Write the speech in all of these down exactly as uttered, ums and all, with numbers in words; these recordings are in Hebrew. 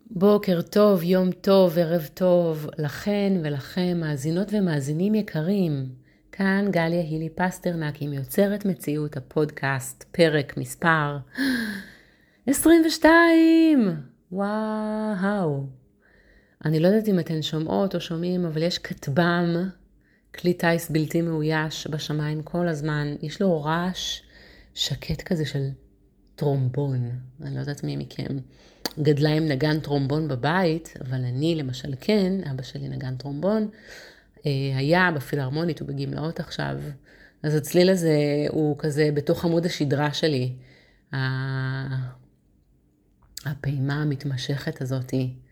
בוקר טוב, יום טוב, ערב טוב לכן ולכם, מאזינות ומאזינים יקרים. כאן גליה הילי פסטרנק עם יוצרת מציאות הפודקאסט, פרק מספר עשרים ושתיים. וואו. אני לא יודעת אם אתן שומעות או שומעים, אבל יש כטב"ם, כלי טייס בלתי מאויש בשמיים כל הזמן. יש לו רעש שקט כזה של טרומבון. אני לא יודעת מי מכם גדלה עם נגן טרומבון בבית, אבל אני למשל כן, אבא שלי נגן טרומבון, היה בפילהרמונית, הוא בגמלאות עכשיו, אז הצליל הזה הוא כזה בתוך עמוד השדרה שלי, הפעימה המתמשכת הזאת,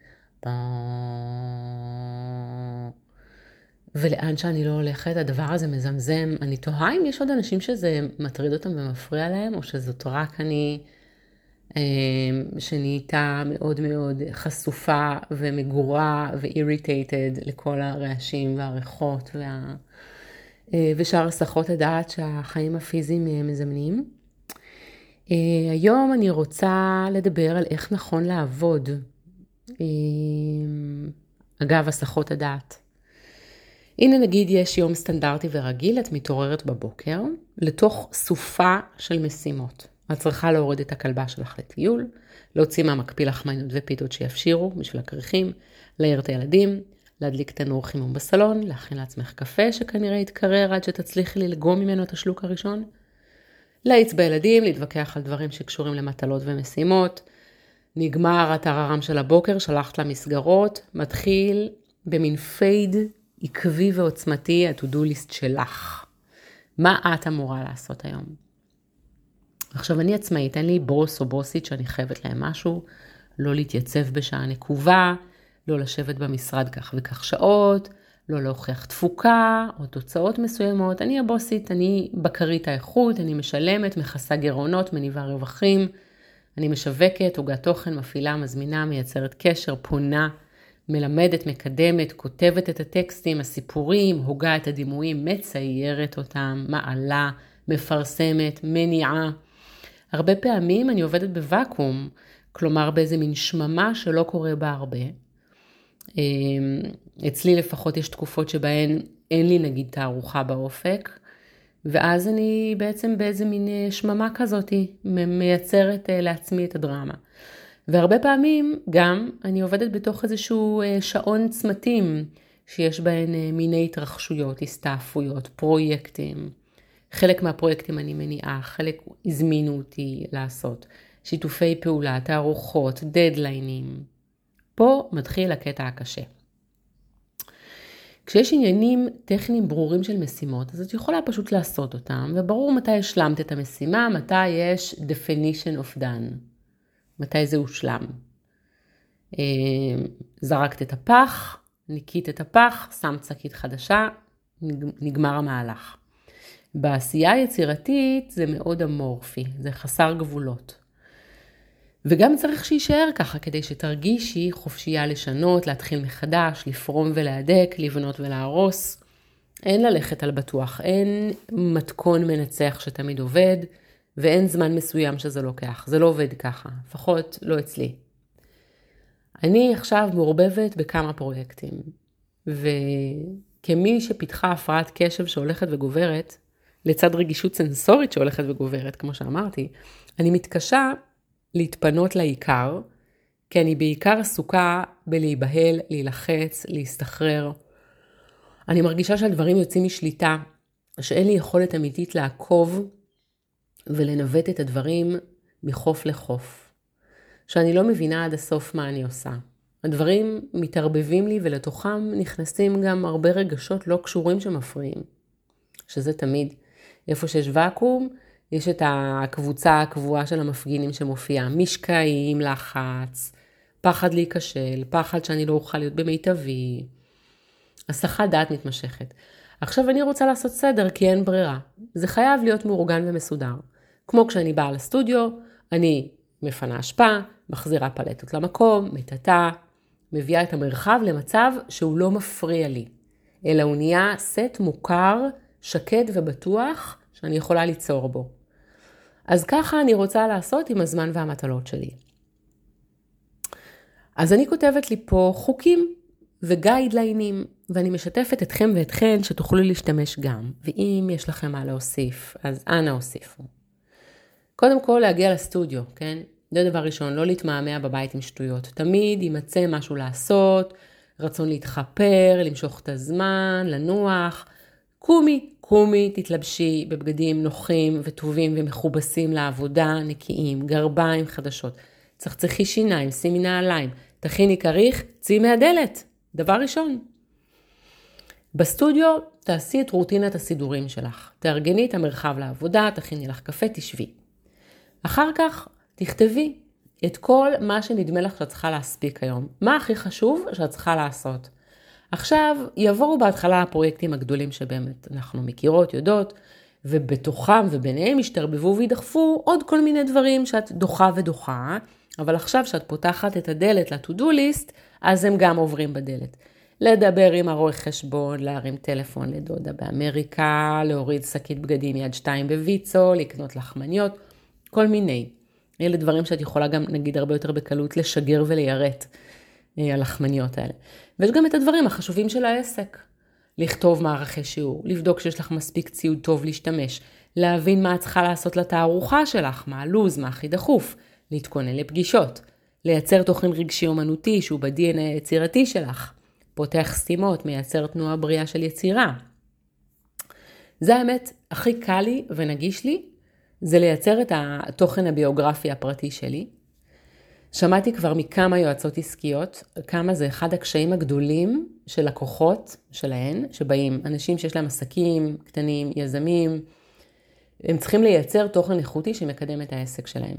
ולאן שאני לא הולכת, הדבר הזה מזמזם. אני תוהה אם יש עוד אנשים שזה מטריד אותם ומפריע להם, או שזאת רק אני שנהייתה מאוד מאוד חשופה ומגורה ואיריטייטד לכל הרעשים והריחות וה... ושאר הסחות הדעת שהחיים הפיזיים מזמנים. היום אני רוצה לדבר על איך נכון לעבוד. אגב, הסחות הדעת. הנה נגיד יש יום סטנדרטי ורגיל, את מתעוררת בבוקר לתוך סופה של משימות. את צריכה להוריד את הכלבה שלך לטיול, להוציא מהמקפיא לחמניות ופיתות שיפשירו בשביל הכריכים, להעיר את הילדים, להדליק תנור חימום בסלון, להכין לעצמך קפה שכנראה יתקרר עד שתצליחי ללגום ממנו את השלוק הראשון, להאיץ בילדים, להתווכח על דברים שקשורים למטלות ומשימות, נגמר הטררם של הבוקר, שלחת למסגרות, מתחיל במין פייד עקבי ועוצמתי ה-to-do list שלך. מה את אמורה לעשות היום? עכשיו אני עצמאית, אין לי בוס או בוסית שאני חייבת להם משהו, לא להתייצב בשעה נקובה, לא לשבת במשרד כך וכך שעות, לא להוכיח תפוקה או תוצאות מסוימות. אני הבוסית, אני בקרית האיכות, אני משלמת, מכסה גירעונות, מניבה רווחים, אני משווקת, הוגה תוכן, מפעילה, מזמינה, מייצרת קשר, פונה, מלמדת, מקדמת, כותבת את הטקסטים, הסיפורים, הוגה את הדימויים, מציירת אותם, מעלה, מפרסמת, מניעה. הרבה פעמים אני עובדת בוואקום, כלומר באיזה מין שממה שלא קורה בה הרבה. אצלי לפחות יש תקופות שבהן אין לי נגיד תערוכה באופק, ואז אני בעצם באיזה מין שממה כזאת מייצרת לעצמי את הדרמה. והרבה פעמים גם אני עובדת בתוך איזשהו שעון צמתים, שיש בהן מיני התרחשויות, הסתעפויות, פרויקטים. חלק מהפרויקטים אני מניעה, חלק הזמינו אותי לעשות. שיתופי פעולה, תערוכות, דדליינים. פה מתחיל הקטע הקשה. כשיש עניינים טכניים ברורים של משימות, אז את יכולה פשוט לעשות אותם, וברור מתי השלמת את המשימה, מתי יש definition of done. מתי זה הושלם. זרקת את הפח, ניקית את הפח, שמת שקית חדשה, נגמר המהלך. בעשייה היצירתית זה מאוד אמורפי, זה חסר גבולות. וגם צריך שישאר ככה כדי שתרגישי חופשייה לשנות, להתחיל מחדש, לפרום ולהדק, לבנות ולהרוס. אין ללכת על בטוח, אין מתכון מנצח שתמיד עובד, ואין זמן מסוים שזה לוקח. זה לא עובד ככה, לפחות לא אצלי. אני עכשיו מעורבבת בכמה פרויקטים, וכמי שפיתחה הפרעת קשב שהולכת וגוברת, לצד רגישות סנסורית שהולכת וגוברת, כמו שאמרתי, אני מתקשה להתפנות לעיקר, כי אני בעיקר עסוקה בלהיבהל, להילחץ, להסתחרר. אני מרגישה שהדברים יוצאים משליטה, שאין לי יכולת אמיתית לעקוב ולנווט את הדברים מחוף לחוף. שאני לא מבינה עד הסוף מה אני עושה. הדברים מתערבבים לי ולתוכם נכנסים גם הרבה רגשות לא קשורים שמפריעים. שזה תמיד. איפה שיש ואקום, יש את הקבוצה הקבועה של המפגינים שמופיעה. משקעים, לחץ, פחד להיכשל, פחד שאני לא אוכל להיות במיטבי. הסחת דעת מתמשכת. עכשיו אני רוצה לעשות סדר כי אין ברירה. זה חייב להיות מאורגן ומסודר. כמו כשאני באה לסטודיו, אני מפנה השפעה, מחזירה פלטות למקום, מטאטה, מביאה את המרחב למצב שהוא לא מפריע לי. אלא הוא נהיה סט מוכר, שקט ובטוח שאני יכולה ליצור בו. אז ככה אני רוצה לעשות עם הזמן והמטלות שלי. אז אני כותבת לי פה חוקים וגיידליינים, ואני משתפת אתכם ואתכן שתוכלו להשתמש גם. ואם יש לכם מה להוסיף, אז אנא הוסיפו. קודם כל להגיע לסטודיו, כן? זה דבר ראשון, לא להתמהמה בבית עם שטויות. תמיד יימצא משהו לעשות, רצון להתחפר, למשוך את הזמן, לנוח. קומי, קומי, תתלבשי בבגדים נוחים וטובים ומכובסים לעבודה, נקיים, גרביים חדשות. צחצחי שיניים, שימי נעליים, תכיני כריך, צאי מהדלת. דבר ראשון. בסטודיו תעשי את רוטינת הסידורים שלך. תארגני את המרחב לעבודה, תכיני לך קפה, תשבי. אחר כך תכתבי את כל מה שנדמה לך שאת צריכה להספיק היום. מה הכי חשוב שאת צריכה לעשות? עכשיו יבואו בהתחלה הפרויקטים הגדולים שבאמת אנחנו מכירות, יודעות, ובתוכם וביניהם ישתרבבו וידחפו עוד כל מיני דברים שאת דוחה ודוחה, אבל עכשיו שאת פותחת את הדלת ל-to-do list, אז הם גם עוברים בדלת. לדבר עם הרואה חשבון, להרים טלפון לדודה באמריקה, להוריד שקית בגדים יד שתיים בויצו, לקנות לחמניות, כל מיני. אלה דברים שאת יכולה גם נגיד הרבה יותר בקלות לשגר וליירט אה, הלחמניות האלה. ויש גם את הדברים החשובים של העסק. לכתוב מערכי שיעור, לבדוק שיש לך מספיק ציוד טוב להשתמש, להבין מה את צריכה לעשות לתערוכה שלך, מה הלוז, מה הכי דחוף, להתכונן לפגישות, לייצר תוכן רגשי אומנותי שהוא ב-די אן איי היצירתי שלך, פותח סתימות, מייצר תנועה בריאה של יצירה. זה האמת הכי קל לי ונגיש לי, זה לייצר את התוכן הביוגרפי הפרטי שלי. שמעתי כבר מכמה יועצות עסקיות, כמה זה אחד הקשיים הגדולים של לקוחות שלהן, שבאים אנשים שיש להם עסקים קטנים, יזמים, הם צריכים לייצר תוכן איכותי שמקדם את העסק שלהם.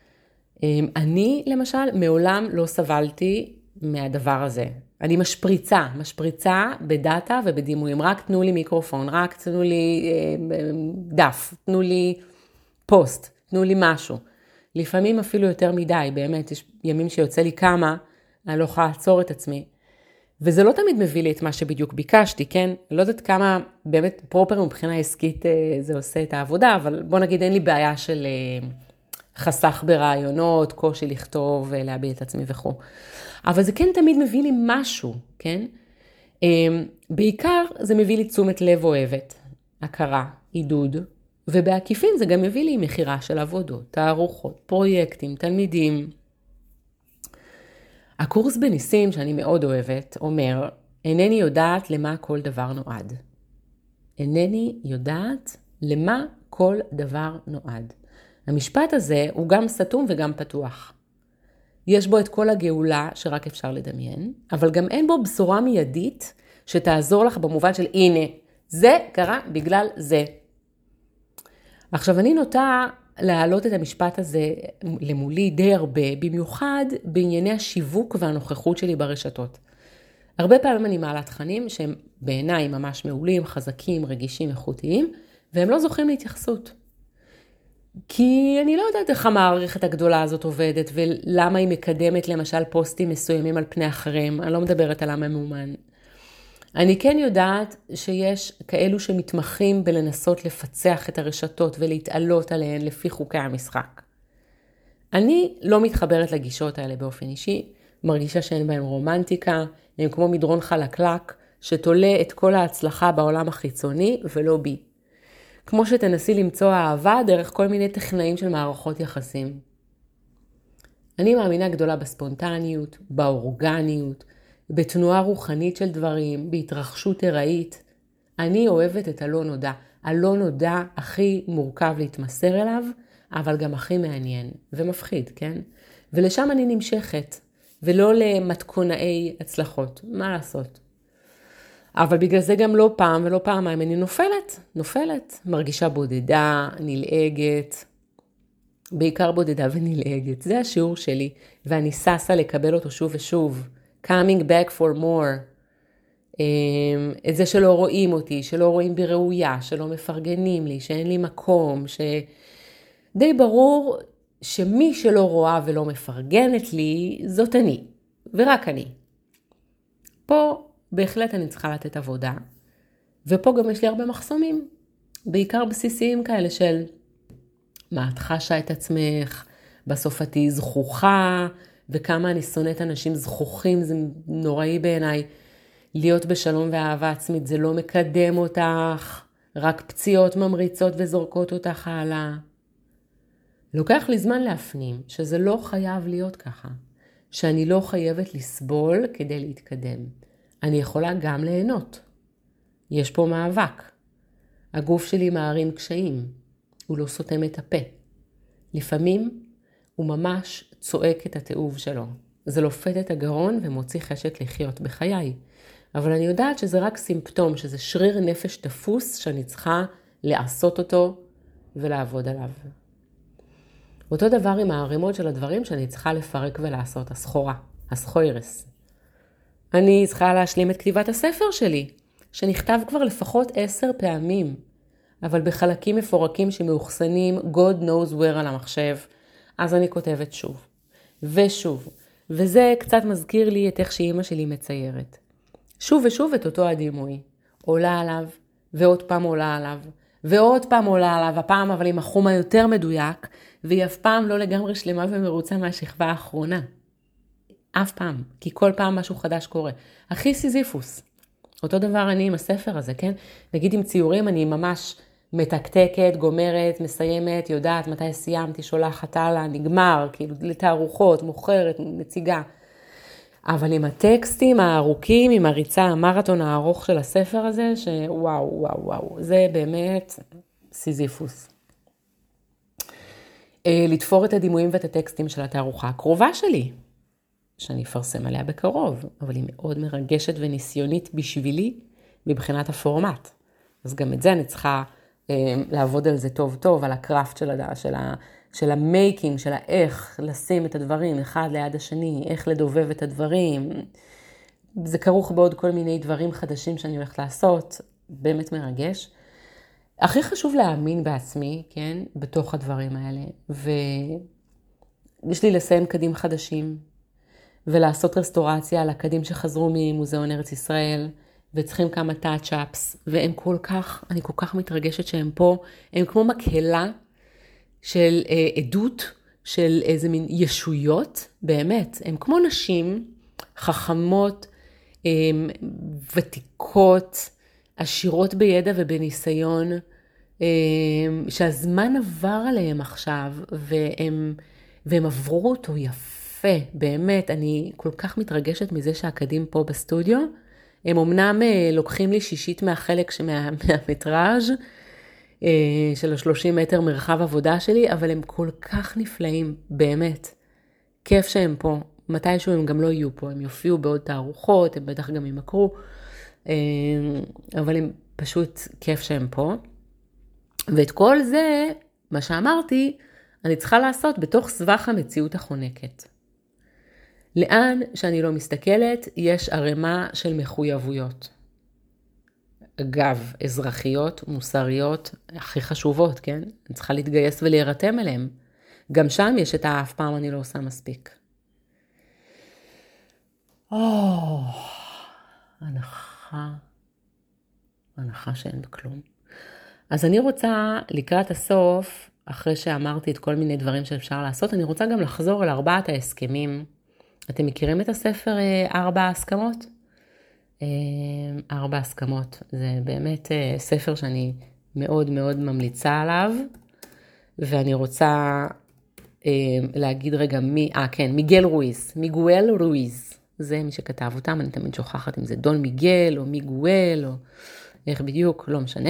אני למשל מעולם לא סבלתי מהדבר הזה. אני משפריצה, משפריצה בדאטה ובדימויים. רק תנו לי מיקרופון, רק תנו לי דף, תנו לי פוסט, תנו לי משהו. לפעמים אפילו יותר מדי, באמת, יש ימים שיוצא לי כמה, אני לא יכולה לעצור את עצמי. וזה לא תמיד מביא לי את מה שבדיוק ביקשתי, כן? לא יודעת כמה באמת פרופר מבחינה עסקית זה עושה את העבודה, אבל בוא נגיד אין לי בעיה של חסך ברעיונות, קושי לכתוב, להביע את עצמי וכו'. אבל זה כן תמיד מביא לי משהו, כן? בעיקר זה מביא לי תשומת לב אוהבת, הכרה, עידוד, ובעקיפין זה גם מביא לי מחירה של עבודות, תערוכות, פרויקטים, תלמידים. הקורס בניסים שאני מאוד אוהבת אומר, אינני יודעת למה כל דבר נועד. אינני יודעת למה כל דבר נועד. המשפט הזה הוא גם סתום וגם פתוח. יש בו את כל הגאולה שרק אפשר לדמיין, אבל גם אין בו בשורה מיידית שתעזור לך במובן של הנה, זה קרה בגלל זה. עכשיו אני נוטה להעלות את המשפט הזה למולי די הרבה, במיוחד בענייני השיווק והנוכחות שלי ברשתות. הרבה פעמים אני מעלה תכנים שהם בעיניי ממש מעולים, חזקים, רגישים, איכותיים, והם לא זוכים להתייחסות. כי אני לא יודעת איך המערכת הגדולה הזאת עובדת, ולמה היא מקדמת למשל פוסטים מסוימים על פני אחרים, אני לא מדברת על הממומן. אני כן יודעת שיש כאלו שמתמחים בלנסות לפצח את הרשתות ולהתעלות עליהן לפי חוקי המשחק. אני לא מתחברת לגישות האלה באופן אישי, מרגישה שאין בהם רומנטיקה, הם כמו מדרון חלקלק שתולה את כל ההצלחה בעולם החיצוני ולא בי. כמו שתנסי למצוא אהבה דרך כל מיני טכנאים של מערכות יחסים. אני מאמינה גדולה בספונטניות, באורגניות, בתנועה רוחנית של דברים, בהתרחשות הראית. אני אוהבת את הלא נודע. הלא נודע הכי מורכב להתמסר אליו, אבל גם הכי מעניין ומפחיד, כן? ולשם אני נמשכת, ולא למתכונאי הצלחות. מה לעשות? אבל בגלל זה גם לא פעם ולא פעמיים אני נופלת, נופלת. מרגישה בודדה, נלעגת, בעיקר בודדה ונלעגת. זה השיעור שלי, ואני ססה לקבל אותו שוב ושוב. coming back for more. את זה שלא רואים אותי, שלא רואים בי ראויה, שלא מפרגנים לי, שאין לי מקום, שדי ברור שמי שלא רואה ולא מפרגנת לי, זאת אני, ורק אני. פה בהחלט אני צריכה לתת עבודה, ופה גם יש לי הרבה מחסומים, בעיקר בסיסיים כאלה של מה את חשה את עצמך, בסוף את היא זכוכה, וכמה אני שונאת אנשים זכוכים, זה נוראי בעיניי. להיות בשלום ואהבה עצמית, זה לא מקדם אותך, רק פציעות ממריצות וזורקות אותך הלאה. לוקח לי זמן להפנים שזה לא חייב להיות ככה, שאני לא חייבת לסבול כדי להתקדם. אני יכולה גם ליהנות. יש פה מאבק. הגוף שלי מערים קשיים, הוא לא סותם את הפה. לפעמים הוא ממש צועק את התיעוב שלו. זה לופת את הגרון ומוציא חשק לחיות בחיי. אבל אני יודעת שזה רק סימפטום, שזה שריר נפש תפוס שאני צריכה לעשות אותו ולעבוד עליו. אותו דבר עם הערימות של הדברים שאני צריכה לפרק ולעשות, הסחורה, הסחוירס. אני צריכה להשלים את כתיבת הספר שלי, שנכתב כבר לפחות עשר פעמים, אבל בחלקים מפורקים שמאוחסנים God knows where על המחשב, אז אני כותבת שוב, ושוב, וזה קצת מזכיר לי את איך שאימא שלי מציירת. שוב ושוב את אותו הדימוי, עולה עליו, ועוד פעם עולה עליו, ועוד פעם עולה עליו, הפעם אבל עם החום היותר מדויק, והיא אף פעם לא לגמרי שלמה ומרוצה מהשכבה האחרונה. אף פעם, כי כל פעם משהו חדש קורה. הכי סיזיפוס. אותו דבר אני עם הספר הזה, כן? נגיד עם ציורים אני ממש מתקתקת, גומרת, מסיימת, יודעת מתי סיימתי, שולחת הלאה, נגמר, כאילו לתערוכות, מוכרת, מציגה. אבל עם הטקסטים הארוכים, עם הריצה, המרתון הארוך של הספר הזה, שוואו, וואו, וואו, זה באמת סיזיפוס. לתפור את הדימויים ואת הטקסטים של התערוכה הקרובה שלי, שאני אפרסם עליה בקרוב, אבל היא מאוד מרגשת וניסיונית בשבילי, מבחינת הפורמט. אז גם את זה אני צריכה אה, לעבוד על זה טוב טוב, על הקראפט של, הדע, של, ה, של המייקינג, של האיך לשים את הדברים אחד ליד השני, איך לדובב את הדברים. זה כרוך בעוד כל מיני דברים חדשים שאני הולכת לעשות, באמת מרגש. הכי חשוב להאמין בעצמי, כן, בתוך הדברים האלה, ויש לי לסיים קדים חדשים, ולעשות רסטורציה על הקדים שחזרו ממוזיאון ארץ ישראל, וצריכים כמה טאצ'אפס, והם כל כך, אני כל כך מתרגשת שהם פה, הם כמו מקהלה של אה, עדות, של איזה מין ישויות, באמת, הם כמו נשים חכמות, אה, ותיקות, עשירות בידע ובניסיון, אה, שהזמן עבר עליהם עכשיו, והם, והם עברו אותו יפה. יפה, באמת, אני כל כך מתרגשת מזה שהקדים פה בסטודיו. הם אמנם לוקחים לי שישית מהחלק מה, מהמטראז' של ה-שלושים מטר מרחב עבודה שלי, אבל הם כל כך נפלאים, באמת. כיף שהם פה. מתישהו הם גם לא יהיו פה, הם יופיעו בעוד תערוכות, הם בטח גם ימכרו, אבל הם פשוט כיף שהם פה. ואת כל זה, מה שאמרתי, אני צריכה לעשות בתוך סבך המציאות החונקת. לאן שאני לא מסתכלת, יש ערימה של מחויבויות. אגב, אזרחיות, מוסריות, הכי חשובות, כן? אני צריכה להתגייס ולהירתם אליהם. גם שם יש את האף פעם אני לא עושה מספיק. או, הנחה, הנחה שאין בכלום. אז אני רוצה לקראת הסוף, אחרי שאמרתי את כל מיני דברים שאפשר לעשות, אני רוצה גם לחזור על ארבעת ההסכמים. אתם מכירים את הספר ארבע ההסכמות? ארבע הסכמות. זה באמת ספר שאני מאוד מאוד ממליצה עליו, ואני רוצה להגיד רגע מי, אה כן, מיגל רויז, מיגואל רויז. זה מי שכתב אותם, אני תמיד שוכחת אם זה דון מיגל או מיגואל או איך בדיוק, לא משנה.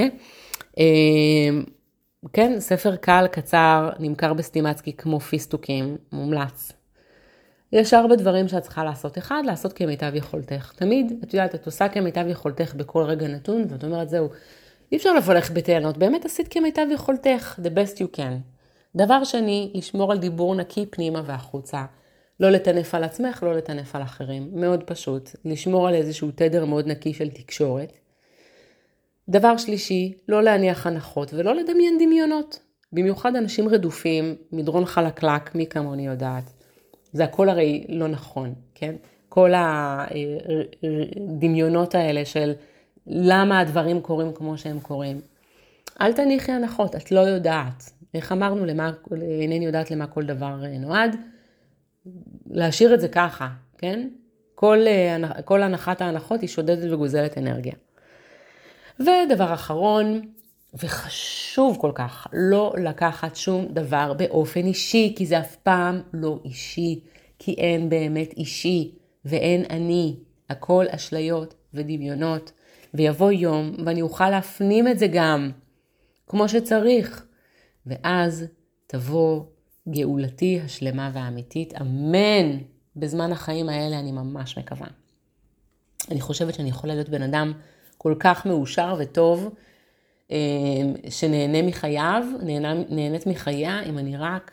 כן, ספר קל, קצר, נמכר בסטימצקי כמו פיסטוקים, מומלץ. יש ארבע דברים שאת צריכה לעשות. אחד, לעשות כמיטב יכולתך. תמיד, את יודעת, את עושה כמיטב יכולתך בכל רגע נתון, ואת אומרת, זהו, אי אפשר לפולך בטענות, באמת עשית כמיטב יכולתך, the best you can. דבר שני, לשמור על דיבור נקי פנימה והחוצה. לא לטנף על עצמך, לא לטנף על אחרים. מאוד פשוט. לשמור על איזשהו תדר מאוד נקי של תקשורת. דבר שלישי, לא להניח הנחות ולא לדמיין דמיונות. במיוחד אנשים רדופים, מדרון חלקלק, מי כמוני יודעת. זה הכל הרי לא נכון, כן? כל הדמיונות האלה של למה הדברים קורים כמו שהם קורים. אל תניחי הנחות, את לא יודעת. איך אמרנו, למה, אינני יודעת למה כל דבר נועד. להשאיר את זה ככה, כן? כל, כל הנחת ההנחות היא שודדת וגוזלת אנרגיה. ודבר אחרון, וחשוב כל כך, לא לקחת שום דבר באופן אישי, כי זה אף פעם לא אישי, כי אין באמת אישי ואין אני, הכל אשליות ודמיונות, ויבוא יום ואני אוכל להפנים את זה גם, כמו שצריך, ואז תבוא גאולתי השלמה והאמיתית, אמן. בזמן החיים האלה אני ממש מקווה. אני חושבת שאני יכולה להיות בן אדם כל כך מאושר וטוב, שנהנה מחייו, נהנה, נהנית מחייה, אם אני רק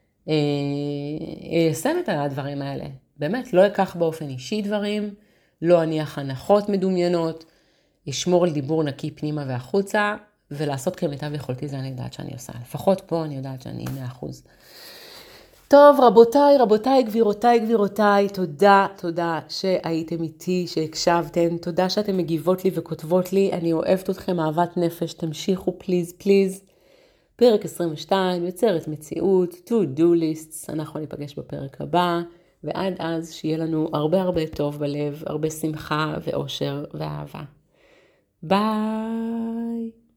אעשה את הדברים האלה. באמת, לא אקח באופן אישי דברים, לא אניח הנחות מדומיינות, אשמור על דיבור נקי פנימה והחוצה, ולעשות כמיטב יכולתי, זה אני יודעת שאני עושה. לפחות פה אני יודעת שאני מאה אחוז. טוב, רבותיי, רבותיי, גבירותיי, גבירותיי, תודה, תודה שהייתם איתי, שהקשבתם, תודה שאתם מגיבות לי וכותבות לי, אני אוהבת אתכם, אהבת נפש, תמשיכו, פליז, פליז. פרק עשרים ושתיים, יוצרת מציאות, to do lists, אנחנו ניפגש בפרק הבא, ועד אז שיהיה לנו הרבה הרבה טוב בלב, הרבה שמחה ואושר ואהבה. ביי.